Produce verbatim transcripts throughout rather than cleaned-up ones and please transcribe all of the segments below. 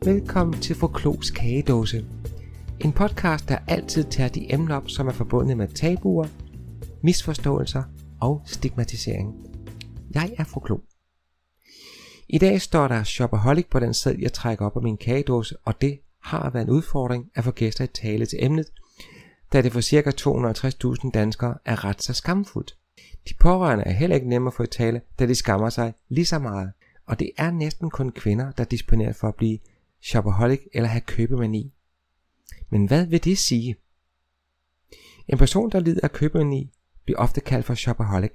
Velkommen til Fru Klos Kagedåse. En podcast, der altid tager de emner op, som er forbundet med tabuer, misforståelser og stigmatisering. Jeg er Fru Klo. I dag står der shopaholic på den seddel, jeg trækker op af min kagedåse, og det har været en udfordring at få gæster i tale til emnet, da det for ca. to hundrede og halvtreds tusind danskere er ret så skamfuldt. De pårørende er heller ikke nemme at få i tale, da de skammer sig lige så meget, og det er næsten kun kvinder, der disponerer for at blive shopaholic eller have købemani. Men hvad vil det sige? En person, der lider af købemani, bliver ofte kaldt for shopaholic.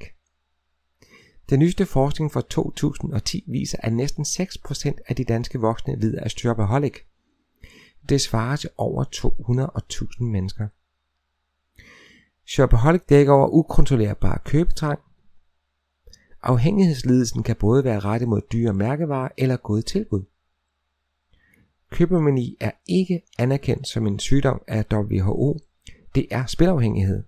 Den nyeste forskning fra to tusind og ti viser, at næsten seks procent af de danske voksne lider af shopaholic. Det svarer til over to hundrede tusind mennesker. Shopaholic dækker over ukontrollerbar købetrang. Afhængighedslidelsen kan både være rettet mod dyre mærkevarer eller gode tilbud. Købemani er ikke anerkendt som en sygdom af W H O. Det er spilafhængighed.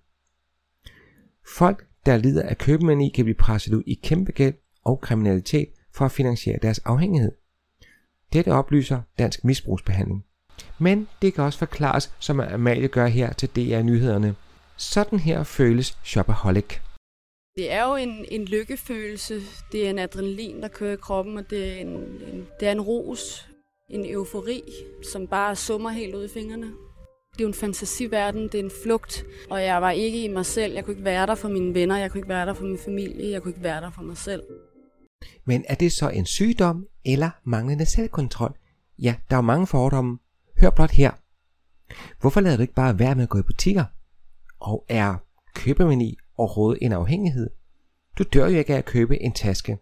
Folk, der lider af købemani, kan blive presset ud i kæmpe gæld og kriminalitet for at finansiere deres afhængighed. Dette oplyser Dansk Misbrugsbehandling. Men det kan også forklares, som Amalie gør her til D R Nyhederne. Sådan her føles shopaholic. Det er jo en, en lykkefølelse. Det er en adrenalin, der kører i kroppen, og det er en, en, det er en ros, en eufori, som bare summer helt ud i fingrene. Det er jo en fantasiverden, det er en flugt, og jeg var ikke i mig selv. Jeg kunne ikke være der for mine venner, jeg kunne ikke være der for min familie, jeg kunne ikke være der for mig selv. Men er det så en sygdom eller manglende selvkontrol? Ja, der er mange fordomme. Hør blot her. Hvorfor lader du ikke bare være med at gå i butikker? Og er købemani overhovedet en afhængighed? Du dør jo ikke af at købe en taske.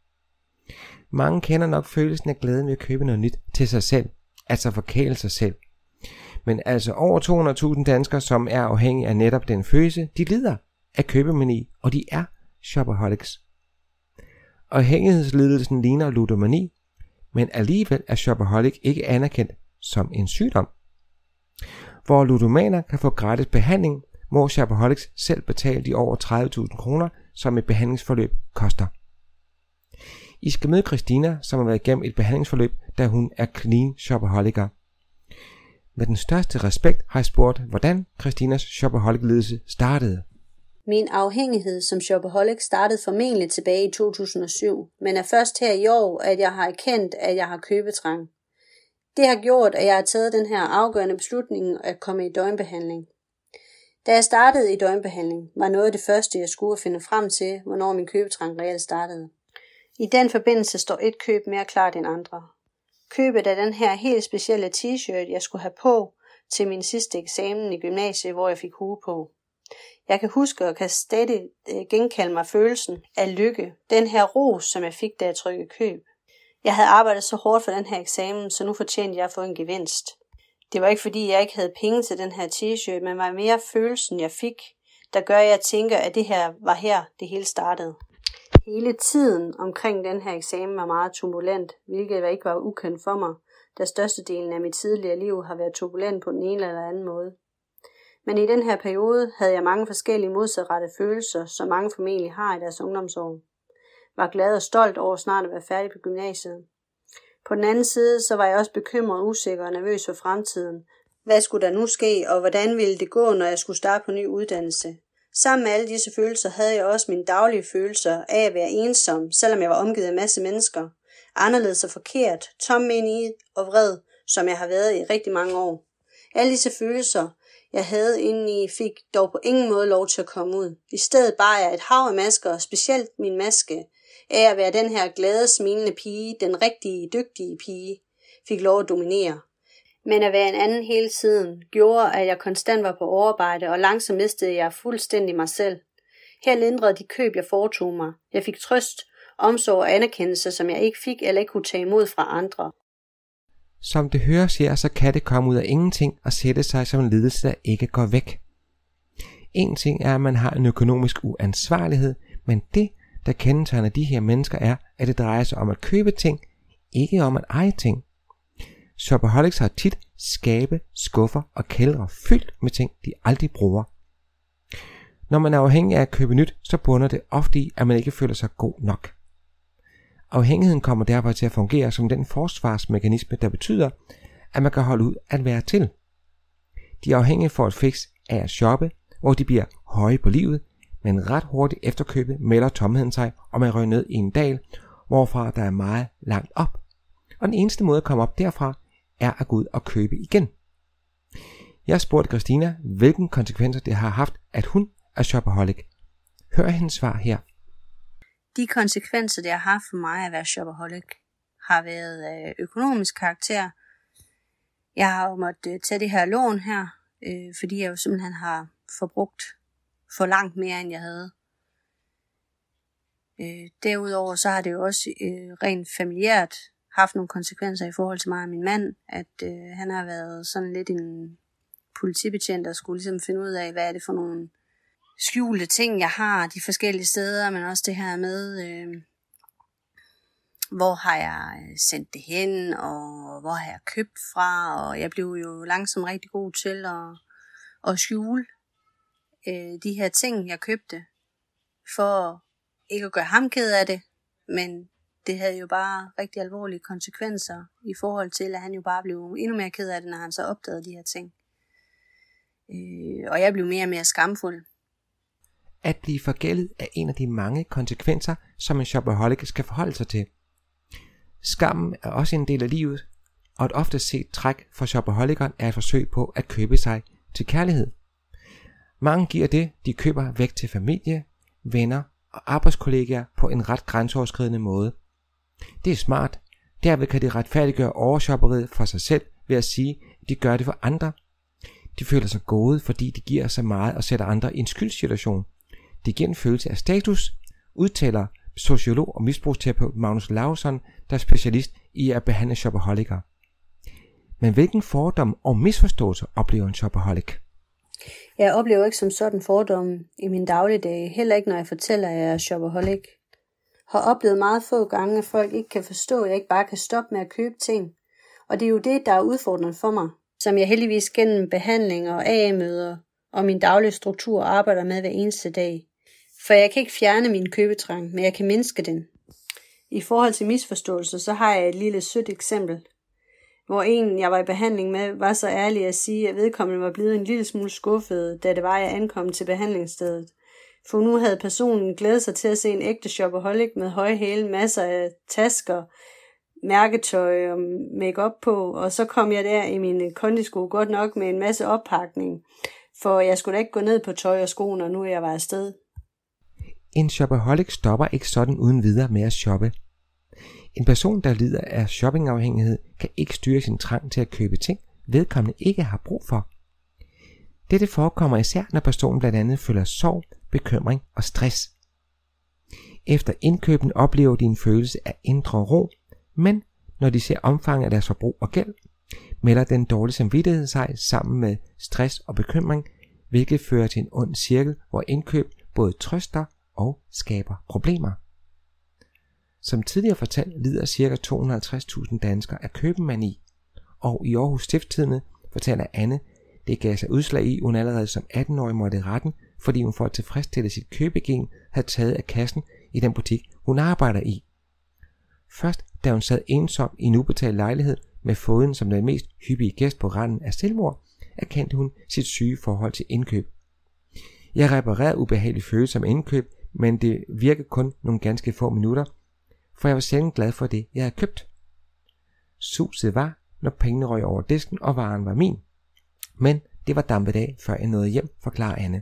Mange kender nok følelsen af glæden ved at købe noget nyt til sig selv, altså forkæle sig selv. Men altså over to hundrede tusind danskere, som er afhængige af netop den følelse, de lider af købemani, og de er shopaholics. Afhængighedslidelsen ligner ludomani, men alligevel er shopaholic ikke anerkendt som en sygdom. Hvor ludomaner kan få gratis behandling, må shopaholics selv betale de over tredive tusind kroner, som et behandlingsforløb koster. I skal møde Christina, som har været igennem et behandlingsforløb, da hun er clean shopaholiker. Med den største respekt har jeg spurgt, hvordan Christinas shopaholic-lidelse startede. Min afhængighed som shopaholic startede formentlig tilbage i to tusind og syv, men er først her i år, at jeg har erkendt, at jeg har købetrang. Det har gjort, at jeg har taget den her afgørende beslutning at komme i døgnbehandling. Da jeg startede i døgnbehandling, var noget af det første, jeg skulle finde frem til, hvornår min købetrang reelt startede. I den forbindelse står et køb mere klart end andre. Købet af den her helt specielle t-shirt, jeg skulle have på til min sidste eksamen i gymnasiet, hvor jeg fik hue på. Jeg kan huske og kan stadig genkalde mig følelsen af lykke, den her ros, som jeg fik, da jeg trykkede køb. Jeg havde arbejdet så hårdt for den her eksamen, så nu fortjente jeg at få en gevinst. Det var ikke fordi, jeg ikke havde penge til den her t-shirt, men var mere følelsen, jeg fik, der gør, at jeg tænker, at det her var her, det hele startede. Hele tiden omkring den her eksamen var meget turbulent, hvilket ikke var ukendt for mig, da størstedelen af mit tidligere liv har været turbulent på den ene eller anden måde. Men i den her periode havde jeg mange forskellige modsatrettede følelser, som mange formentlig har i deres ungdomsår. Var glad og stolt over snart at være færdig på gymnasiet. På den anden side, så var jeg også bekymret, usikker og nervøs for fremtiden. Hvad skulle der nu ske, og hvordan ville det gå, når jeg skulle starte på ny uddannelse? Sammen med alle disse følelser havde jeg også mine daglige følelser af at være ensom, selvom jeg var omgivet af en masse mennesker. Anderledes og forkert, tom ind i og vred, som jeg har været i rigtig mange år. Alle disse følelser, jeg havde indeni, fik dog på ingen måde lov til at komme ud. I stedet bar jeg et hav af masker, specielt min maske, af at være den her glade, smilende pige, den rigtige, dygtige pige, fik lov at dominere. Men at være en anden hele tiden gjorde, at jeg konstant var på overarbejde, og langsomt mistede jeg fuldstændig mig selv. Her lindrede de køb, jeg foretog mig. Jeg fik trøst, omsorg og anerkendelse, som jeg ikke fik eller ikke kunne tage imod fra andre. Som det høres her, så kan det komme ud af ingenting og sætte sig som en lidelse, der ikke går væk. En ting er, at man har en økonomisk uansvarlighed, men det, der kendetegner de her mennesker, er, at det drejer sig om at købe ting, ikke om at eje ting. Shopaholics har tit skabe, skuffer og kældre fyldt med ting, de aldrig bruger. Når man er afhængig af at købe nyt, så bunder det ofte i, at man ikke føler sig god nok. Afhængigheden kommer derfor til at fungere som den forsvarsmekanisme, der betyder, at man kan holde ud at være til. De er afhængige for et fix af at shoppe, hvor de bliver høje på livet, men ret hurtigt efter købet melder tomheden sig, og man røger ned i en dal, hvorfra der er meget langt op. Og den eneste måde at komme op derfra, er at gå ud og købe igen. Jeg spurgte Christina, hvilke konsekvenser det har haft, at hun er shopaholic. Hør hendes svar her. De konsekvenser, det har haft for mig at være shopaholic, har været af økonomisk karakter. Jeg har jo måttet tage det her lån her, øh, fordi jeg jo simpelthen har forbrugt for langt mere, end jeg havde. Øh, derudover så har det jo også øh, rent familiært haft nogle konsekvenser i forhold til mig og min mand, at øh, han har været sådan lidt en politibetjent, der skulle ligesom finde ud af, hvad er det for nogle skjulte ting, jeg har de forskellige steder, men også det her med, øh, hvor har jeg sendt det hen, og hvor har jeg købt fra, og jeg blev jo langsomt rigtig god til at, at skjule øh, de her ting, jeg købte, for ikke at gøre ham ked af det, men det havde jo bare rigtig alvorlige konsekvenser i forhold til, at han jo bare blev endnu mere ked af det, når han så opdagede de her ting. Øh, og jeg blev mere og mere skamfuld. At blive forgældet er en af de mange konsekvenser, som en shopaholic skal forholde sig til. Skammen er også en del af livet, og et ofte set træk for shopaholikeren er et forsøg på at købe sig til kærlighed. Mange giver det, de køber, væk til familie, venner og arbejdskollegaer på en ret grænseoverskridende måde. Det er smart. Derved kan de retfærdiggøre overshopperiet for sig selv ved at sige, at de gør det for andre. De føler sig gode, fordi de giver så meget og sætter andre i en skyldssituation. Det giver en følelse af status, udtaler sociolog og misbrugsterapeut Magnus Laursen, der er specialist i at behandle shopaholikere. Men hvilken fordom og misforståelse oplever en shopaholic? Jeg oplever ikke som sådan fordom i min dagligdag, heller ikke når jeg fortæller, at jeg er shopaholic. Har oplevet meget få gange, at folk ikke kan forstå, at jeg ikke bare kan stoppe med at købe ting. Og det er jo det, der er udfordrende for mig, som jeg heldigvis gennem behandling og A A-møder og min daglige struktur arbejder med hver eneste dag. For jeg kan ikke fjerne min købetrang, men jeg kan mindske den. I forhold til misforståelser, så har jeg et lille sødt eksempel, hvor en, jeg var i behandling med, var så ærlig at sige, at vedkommende var blevet en lille smule skuffet, da det var, jeg ankom til behandlingsstedet. For nu havde personen glædet sig til at se en ægte shopaholic med høje hæle, masser af tasker, mærketøj og make-up på, og så kom jeg der i mine kondisko godt nok med en masse oppakning, for jeg skulle da ikke gå ned på tøj og sko, når nu jeg var afsted. En shopaholic stopper ikke sådan uden videre med at shoppe. En person, der lider af shoppingafhængighed, kan ikke styre sin trang til at købe ting, vedkommende ikke har brug for. Dette forekommer især, når personen blandt andet føler sorg, bekymring og stress. Efter indkøben oplever de en følelse af indre ro, men når de ser omfanget af deres forbrug og gæld, melder den dårlige samvittighed sig sammen med stress og bekymring, hvilket fører til en ond cirkel, hvor indkøb både trøster og skaber problemer. Som tidligere fortalt lider ca. to hundrede og halvtreds tusind danskere af købemani, og i Aarhus Stiftstidende fortæller Anne, det gav sig udslag i, hun allerede som atten-årig måtte i retten, fordi hun for at tilfredsstille sit købegen havde taget af kassen i den butik, hun arbejder i. Først da hun sad ensom i en ubetalt lejlighed med foden som den mest hyppige gæst på randen af selvmord, erkendte hun sit syge forhold til indkøb. Jeg reparerede ubehagelige følelser med indkøb, men det virkede kun nogle ganske få minutter, for jeg var sjældent glad for det, jeg havde købt. Suset var, når pengene røg over disken, og varen var min. Men det var dampet af, før jeg nåede hjem, forklarer Anne.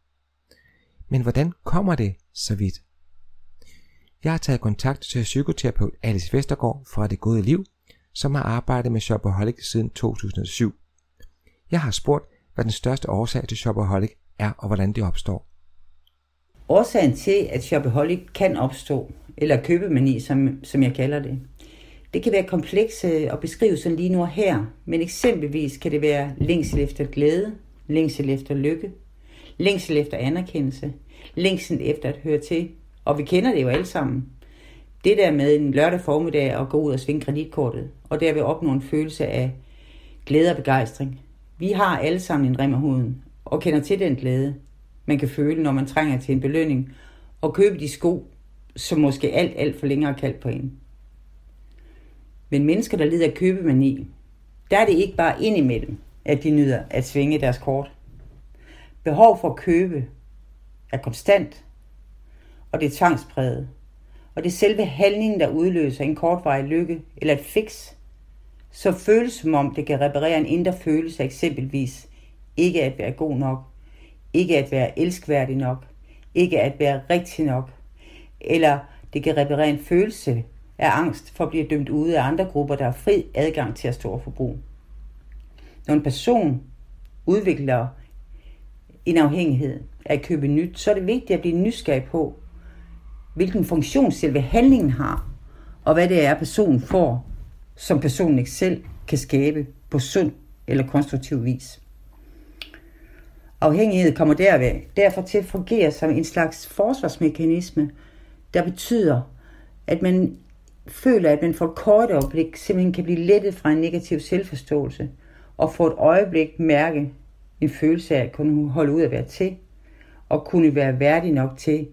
Men hvordan kommer det så vidt? Jeg har taget kontakt til psykoterapeut Alice Vestergaard fra Det Gode Liv, som har arbejdet med shopaholic siden to tusind og syv. Jeg har spurgt, hvad den største årsag til shopaholic er, og hvordan det opstår. Årsagen til, at shopaholic kan opstå, eller købemani, som, som jeg kalder det, det kan være komplekse at beskrive sådan lige nu og her, men eksempelvis kan det være længsel efter glæde, længsel efter lykke, længsel efter anerkendelse, længsel efter at høre til, og vi kender det jo alle sammen. Det der med en lørdag formiddag at gå ud og svinge kreditkortet, og derved opnå en følelse af glæde og begejstring. Vi har alle sammen en rem af huden, og kender til den glæde, man kan føle, når man trænger til en belønning, og købe de sko, som måske alt, alt for længe har kaldt på en. Men mennesker, der lider af købemani, der er det ikke bare indimellem, at de nyder at svinge deres kort. Behov for at købe er konstant, og det er tvangspræget. Og det er selve handlingen, der udløser en kortvarig lykke eller et fix, så føles som om det kan reparere en indre følelse af eksempelvis ikke at være god nok, ikke at være elskværdig nok, ikke at være rigtig nok, eller det kan reparere en følelse af angst for at blive dømt ude af andre grupper, der har fri adgang til at stå og forbruge. Når en person udvikler en afhængighed af at købe nyt, så er det vigtigt at blive nysgerrig på, hvilken funktion selve handlingen har, og hvad det er, personen får, som personen ikke selv kan skabe på sund eller konstruktiv vis. Afhængighed kommer derved, derfor til at fungere som en slags forsvarsmekanisme, der betyder, at man føler, at man for et kort øjeblik simpelthen kan blive lettet fra en negativ selvforståelse, og for et øjeblik mærke en følelse af at kunne holde ud at være til, og kunne være værdig nok til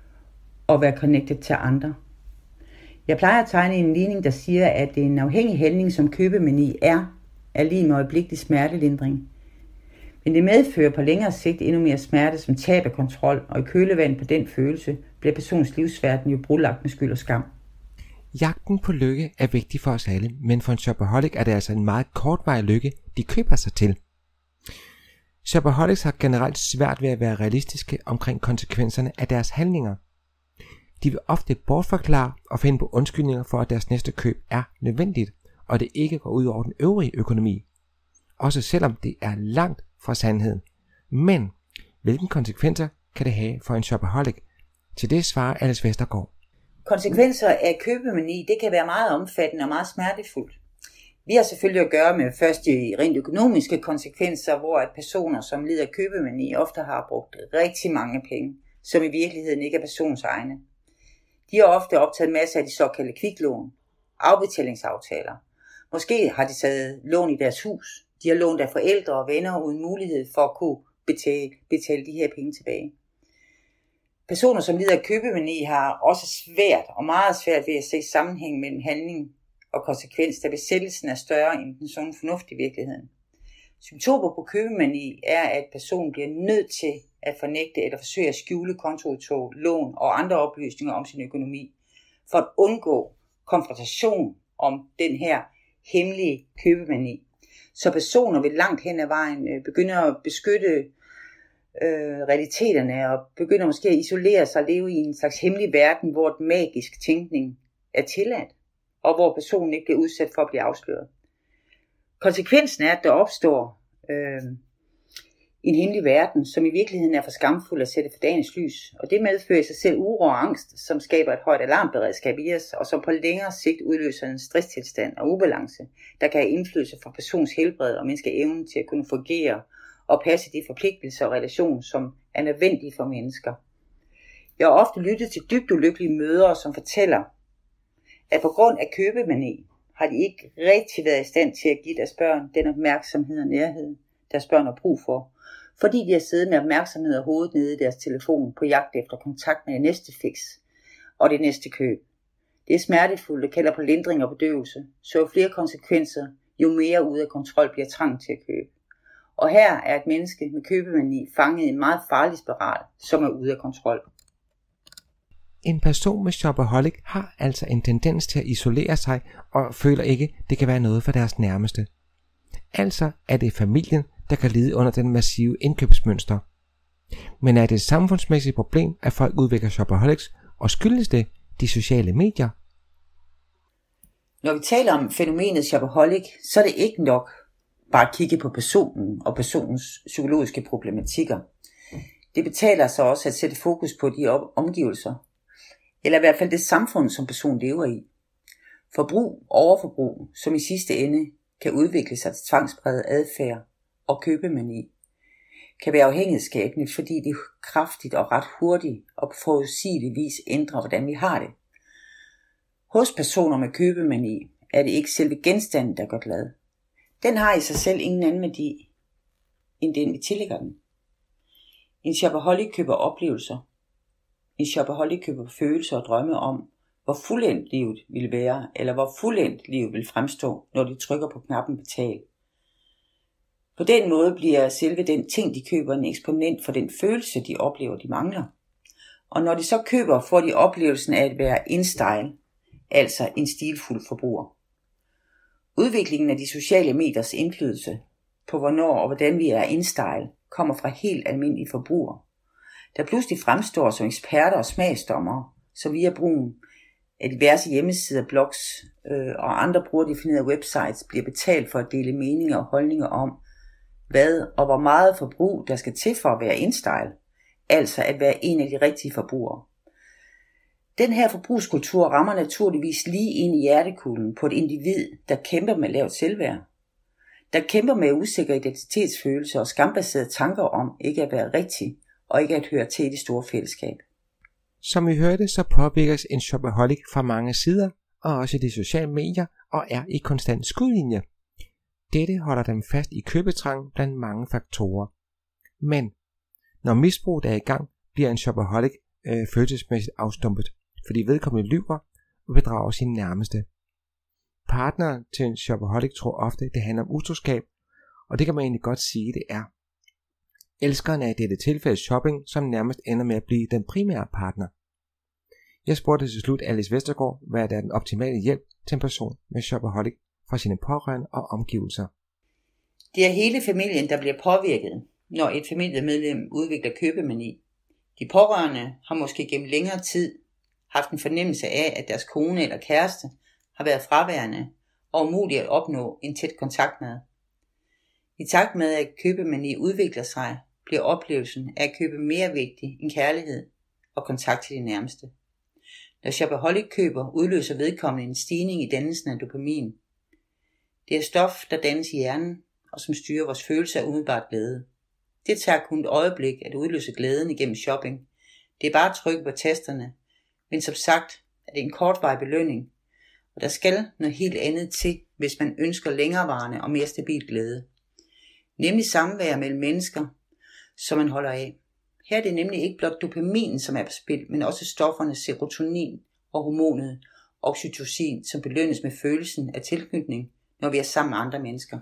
at være connected til andre. Jeg plejer at tegne en ligning, der siger, at en afhængig handling som købemani er, er lige med øjeblikkelig smertelindring. Men det medfører på længere sigt endnu mere smerte som tab af kontrol, og i kølevand på den følelse bliver persons livsverden jo brudlagt med skyld og skam. Jagten på lykke er vigtig for os alle, men for en shopaholic er det altså en meget kortvarig lykke, de køber sig til. Shopaholics har generelt svært ved at være realistiske omkring konsekvenserne af deres handlinger. De vil ofte bortforklare og finde på undskyldninger for, at deres næste køb er nødvendigt, og det ikke går ud over den øvrige økonomi. Også selvom det er langt fra sandheden. Men hvilke konsekvenser kan det have for en shopaholic? Til det svarer Alice Vestergaard. Konsekvenser af købemani, det kan være meget omfattende og meget smertefuldt. Vi har selvfølgelig at gøre med først de rent økonomiske konsekvenser, hvor at personer, som lider af købemani, ofte har brugt rigtig mange penge, som i virkeligheden ikke er persons egne. De har ofte optaget masser af de såkaldte kviklån, afbetalingsaftaler. Måske har de taget lån i deres hus. De har lånt af forældre og venner uden mulighed for at kunne betale, betale de her penge tilbage. Personer, som lider af købemani, har også svært og meget svært ved at se sammenhæng mellem handling og konsekvens, da besættelsen er større end den sunde fornuft i virkeligheden. Symptomer på købemani er, at personen bliver nødt til at fornægte eller forsøge at skjule kontoudtog, lån og andre oplysninger om sin økonomi, for at undgå konfrontation om den her hemmelige købemani. Så personer vil langt hen ad vejen begynder at beskytte øh, realiteterne og begynder måske at isolere sig og leve i en slags hemmelig verden, hvor den magisk tænkning er tilladt, og hvor personen ikke bliver udsat for at blive afsløret. Konsekvensen er, at der opstår øh, en hemmelig verden, som i virkeligheden er for skamfuld at sætte for dagens lys, og det medfører i sig selv uro og angst, som skaber et højt alarmberedskab i os, og som på længere sigt udløser en stresstilstand og ubalance, der kan have indflydelse for persons helbred og menneske evnen til at kunne fungere og passe de forpligtelser og relationer, som er nødvendige for mennesker. Jeg har ofte lyttet til dybt ulykkelige mødre, som fortæller, at på grund af købemani har de ikke rigtig været i stand til at give deres børn den opmærksomhed og nærhed, deres børn har brug for, fordi de har siddet med opmærksomhed og hovedet nede i deres telefon på jagt efter kontakt med det næste fix og det næste køb. Det er smertefuldt, det kalder på lindring og bedøvelse, så jo flere konsekvenser, jo mere ude af kontrol bliver trang til at købe. Og her er et menneske med købemani fanget i en meget farlig spiral, som er ude af kontrol. En person med shopaholic har altså en tendens til at isolere sig og føler ikke, det kan være noget for deres nærmeste. Altså er det familien, der kan lide under den massive indkøbsmønster. Men er det et samfundsmæssigt problem, at folk udvikler shopaholics, og skyldes det de sociale medier? Når vi taler om fænomenet shopaholic, så er det ikke nok bare at kigge på personen og personens psykologiske problematikker. Det betaler sig også at sætte fokus på de omgivelser, eller i hvert fald det samfund, som personen lever i. Forbrug, overforbrug, som i sidste ende kan udvikle sig til tvangspræget adfærd og købemani, kan være afhængighedsskabende, fordi det kraftigt og ret hurtigt og på forudsigeligvis ændrer, hvordan vi har det. Hos personer med købemani er det ikke selve genstanden, der gør glad. Den har i sig selv ingen anden værdi, end den vi tillægger den. En shopaholic køber oplevelser. En shopaholic køber følelser og drømme om, hvor fuldendt livet ville være, eller hvor fuldendt livet vil fremstå, når de trykker på knappen betal. På den måde bliver selve den ting, de køber, en eksponent for den følelse, de oplever, de mangler. Og når de så køber, får de oplevelsen af at være in-style, altså en stilfuld forbruger. Udviklingen af de sociale mediers indflydelse på hvornår og hvordan vi er in-style, kommer fra helt almindelige forbrugere, der pludselig fremstår som eksperter og smagsdommere, så via brugen af diverse hjemmesider, blogs øh, og andre brugerdefinerede websites bliver betalt for at dele meninger og holdninger om, hvad og hvor meget forbrug der skal til for at være in-style, altså at være en af de rigtige forbrugere. Den her forbrugskultur rammer naturligvis lige ind i hjertekuglen på et individ, der kæmper med lavt selvværd, der kæmper med usikker identitetsfølelse og skambaserede tanker om ikke at være rigtig og ikke at høre til i det store fællesskab. Som vi hørte, så påvirkes en shopaholic fra mange sider, og også de sociale medier, og er i konstant skudlinje. Dette holder dem fast i købetrang blandt mange faktorer. Men når misbruget er i gang, bliver en shopaholic øh, følelsesmæssigt afstumpet, fordi vedkommende lyver og bedrager sin nærmeste. Partneren til en shopaholic tror ofte, det handler om utroskab, og det kan man egentlig godt sige, det er. Elskeren er i dette tilfælde shopping, som nærmest ender med at blive den primære partner. Jeg spurgte til slut Alice Vestergaard, hvad der er den optimale hjælp til en person med shopaholic fra sine pårørende og omgivelser. Det er hele familien, der bliver påvirket, når et familiemedlem udvikler købemani. De pårørende har måske gennem længere tid haft en fornemmelse af, at deres kone eller kæreste har været fraværende og umuligt at opnå en tæt kontakt med. I takt med, at købemani udvikler sig, bliver oplevelsen af at købe mere vigtig end kærlighed og kontakt til de nærmeste. Når shopaholic køber, udløser vedkommende en stigning i dannelsen af dopamin. Det er stof, der dannes i hjernen og som styrer vores følelse af umiddelbart glæde. Det tager kun et øjeblik at udløse glæden igennem shopping. Det er bare at trykke på tasterne, men som sagt er det en kortvarig belønning, og der skal noget helt andet til, hvis man ønsker længerevarende og mere stabil glæde. Nemlig samvær mellem mennesker, som man holder af. Her er det nemlig ikke blot dopamin, som er på spil, men også stofferne serotonin og hormonet oxytocin, som belønnes med følelsen af tilknytning, når vi er sammen med andre mennesker.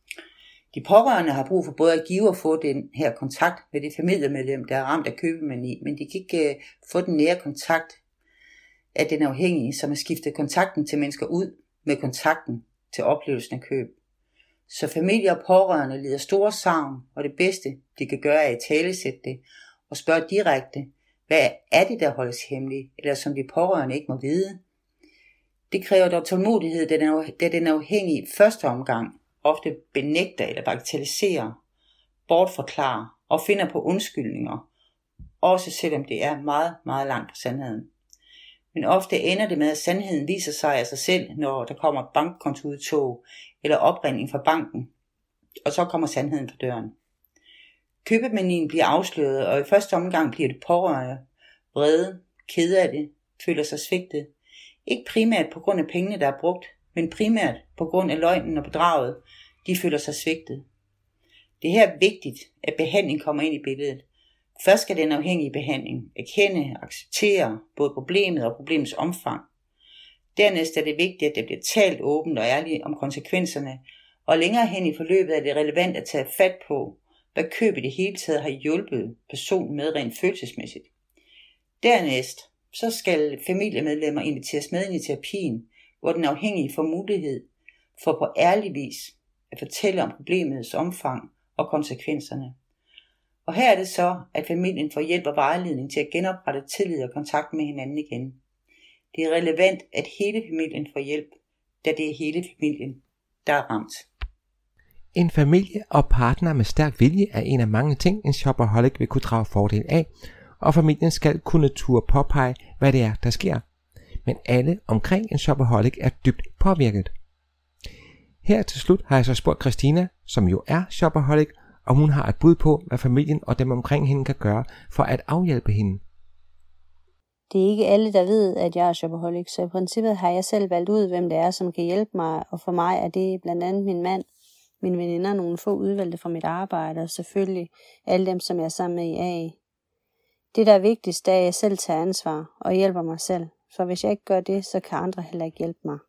De pårørende har brug for både at give og få den her kontakt med det familiemedlem, der er ramt af købemani, men de kan ikke uh, få den nære kontakt af den afhængige, som har skiftet kontakten til mennesker ud med kontakten til oplevelsen af køb. Så familie og pårørende lider store savn, og det bedste, de kan gøre, er at talesætte det og spørge direkte, hvad er det, der holdes hemmeligt, eller som de pårørende ikke må vide. Det kræver dog tålmodighed, da den afhængige første omgang ofte benægter eller bagatelliserer, bortforklarer og finder på undskyldninger, også selvom det er meget, meget langt fra sandheden. Men ofte ender det med, at sandheden viser sig af sig selv, når der kommer et bankkontoudtog eller opringning fra banken, og så kommer sandheden på døren. Købemanien bliver afsløret, og i første omgang bliver det pårørende vrede, kede af det, føler sig svigtet. Ikke primært på grund af pengene, der er brugt, men primært på grund af løgnen og bedraget, de føler sig svigtet. Det her er vigtigt, at behandling kommer ind i billedet. Først skal den afhængige behandling erkende og acceptere både problemet og problemets omfang. Dernæst er det vigtigt, at det bliver talt åbent og ærligt om konsekvenserne, og længere hen i forløbet er det relevant at tage fat på, hvad køb i det hele taget har hjulpet personen med rent følelsesmæssigt. Dernæst så skal familiemedlemmer inviteres med ind i terapien, hvor den afhængige får mulighed for på ærlig vis at fortælle om problemets omfang og konsekvenserne. Og her er det så, at familien får hjælp og vejledning til at genoprette tillid og kontakt med hinanden igen. Det er relevant, at hele familien får hjælp, da det er hele familien, der er ramt. En familie og partner med stærk vilje er en af mange ting, en shopaholic vil kunne drage fordel af, og familien skal kunne turde påpege, hvad det er, der sker. Men alle omkring en shopaholic er dybt påvirket. Her til slut har jeg så spurgt Christina, som jo er shopaholic, og hun har et bud på, hvad familien og dem omkring hende kan gøre for at afhjælpe hende. Det er ikke alle, der ved, at jeg er shopaholic, så i princippet har jeg selv valgt ud, hvem det er, som kan hjælpe mig, og for mig er det blandt andet min mand, mine veninder, nogle få udvalgte fra mit arbejde, og selvfølgelig alle dem, som jeg er sammen med i A A. Det, der er vigtigst, er, at jeg selv tager ansvar og hjælper mig selv. for hvis jeg ikke gør det, så kan andre heller ikke hjælpe mig.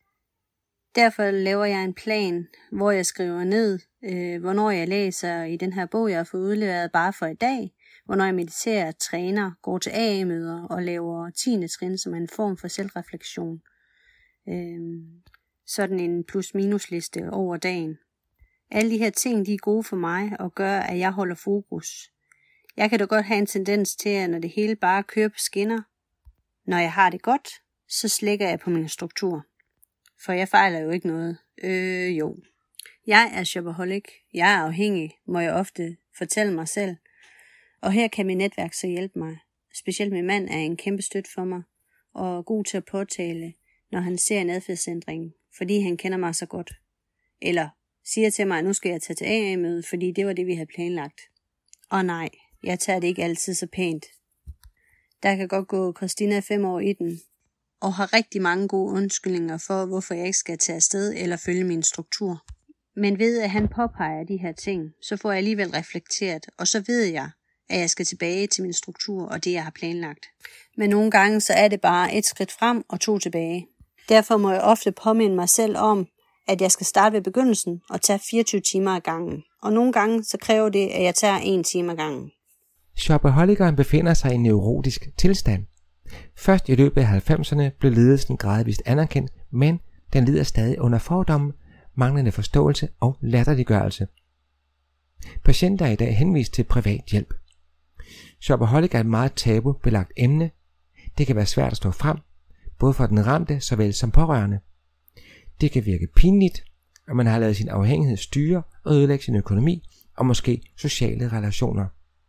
Derfor laver jeg en plan, hvor jeg skriver ned, øh, hvornår jeg læser i den her bog, jeg har fået udleveret bare for i dag, hvornår jeg mediterer, træner, går til A A-møder og laver tiende trin, som er en form for selvreflektion. Øh, sådan en plus-minus liste over dagen. Alle de her ting, de er gode for mig og gør, at jeg holder fokus. Jeg kan da godt have en tendens til, at når det hele bare kører på skinner, når jeg har det godt, så slækker jeg på min struktur. For jeg fejler jo ikke noget. Øh, jo. Jeg er shopaholic. Jeg er afhængig, må jeg ofte fortælle mig selv. Og her kan min netværk så hjælpe mig. Specielt min mand er en kæmpe støtte for mig, og god til at påtale, når han ser en adfærdsændring, fordi han kender mig så godt. Eller siger til mig, at nu skal jeg tage til A A-møde, fordi det var det, vi havde planlagt. Og nej, jeg tager det ikke altid så pænt. Der kan godt gå Christina fem år i den, og har rigtig mange gode undskyldninger for, hvorfor jeg ikke skal tage afsted eller følge min struktur. Men ved at han påpeger de her ting, så får jeg alligevel reflekteret, og så ved jeg, at jeg skal tilbage til min struktur og det, jeg har planlagt. Men nogle gange så er det bare et skridt frem og to tilbage. Derfor må jeg ofte påminde mig selv om, at jeg skal starte ved begyndelsen og tage fireogtyve timer ad gangen. Og nogle gange så kræver det, at jeg tager en time ad gangen. Shopaholikeren befinder sig i en neurotisk tilstand. Først i løbet af halvfemserne blev lidelsen gradvist anerkendt, men den lider stadig under fordomme, manglende forståelse og latterliggørelse. Patienter er i dag henvist til privat hjælp. Shopaholic er et meget tabubelagt emne. Det kan være svært at stå frem, både for den ramte såvel som pårørende. Det kan virke pinligt, at man har ladet sin afhængighed styre og ødelægge sin økonomi og måske sociale relationer.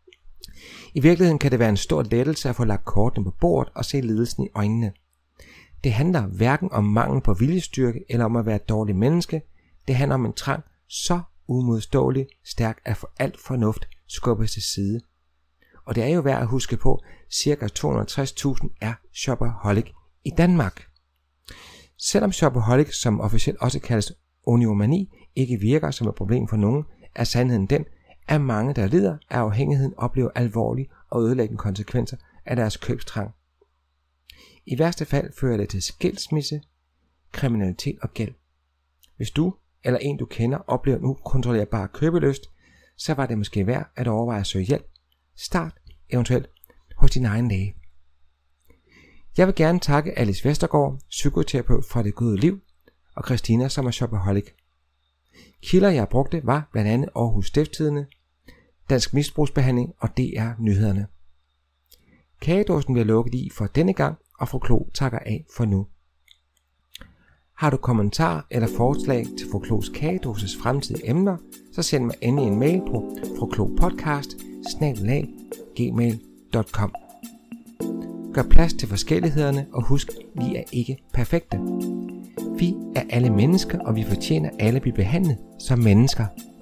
I virkeligheden kan det være en stor lettelse at få lagt kortene på bordet og se lidelsen i øjnene. Det handler hverken om mangel på viljestyrke eller om at være et dårligt menneske. Det handler om en trang så umodståelig stærk at få alt fornuft skubbes til side. Og det er jo værd at huske på, ca. to hundrede og tres tusind er shopaholic i Danmark. Selvom shopaholic, som officielt også kaldes oniomani, ikke virker som et problem for nogen, er sandheden den, at mange, der lider af afhængigheden, oplever alvorlige og ødelæggende konsekvenser af deres købstrang. I værste fald fører det til skilsmisse, kriminalitet og gæld. Hvis du eller en du kender oplever en ukontrollerbar købelyst, så var det måske værd at overveje at søge hjælp. Start eventuelt hos din egen læge. Jeg vil gerne takke Alice Vestergaard, psykoterapeut fra Det Gode Liv, og Christina, som er shopaholic. Kilder jeg brugte var blandt andet Aarhus Stiftstidende, Dansk Misbrugsbehandling og D R Nyhederne. Kagedåsen bliver lukket i for denne gang, og Fru Klo takker af for nu. Har du kommentarer eller forslag til Fru Klos kagedåses fremtidige emner, så send mig endelig en mail på fruklopodcast bindestreg gmail punktum com. Gør plads til forskellighederne, og husk, vi er ikke perfekte. Vi er alle mennesker, og vi fortjener alle at blive behandlet som mennesker.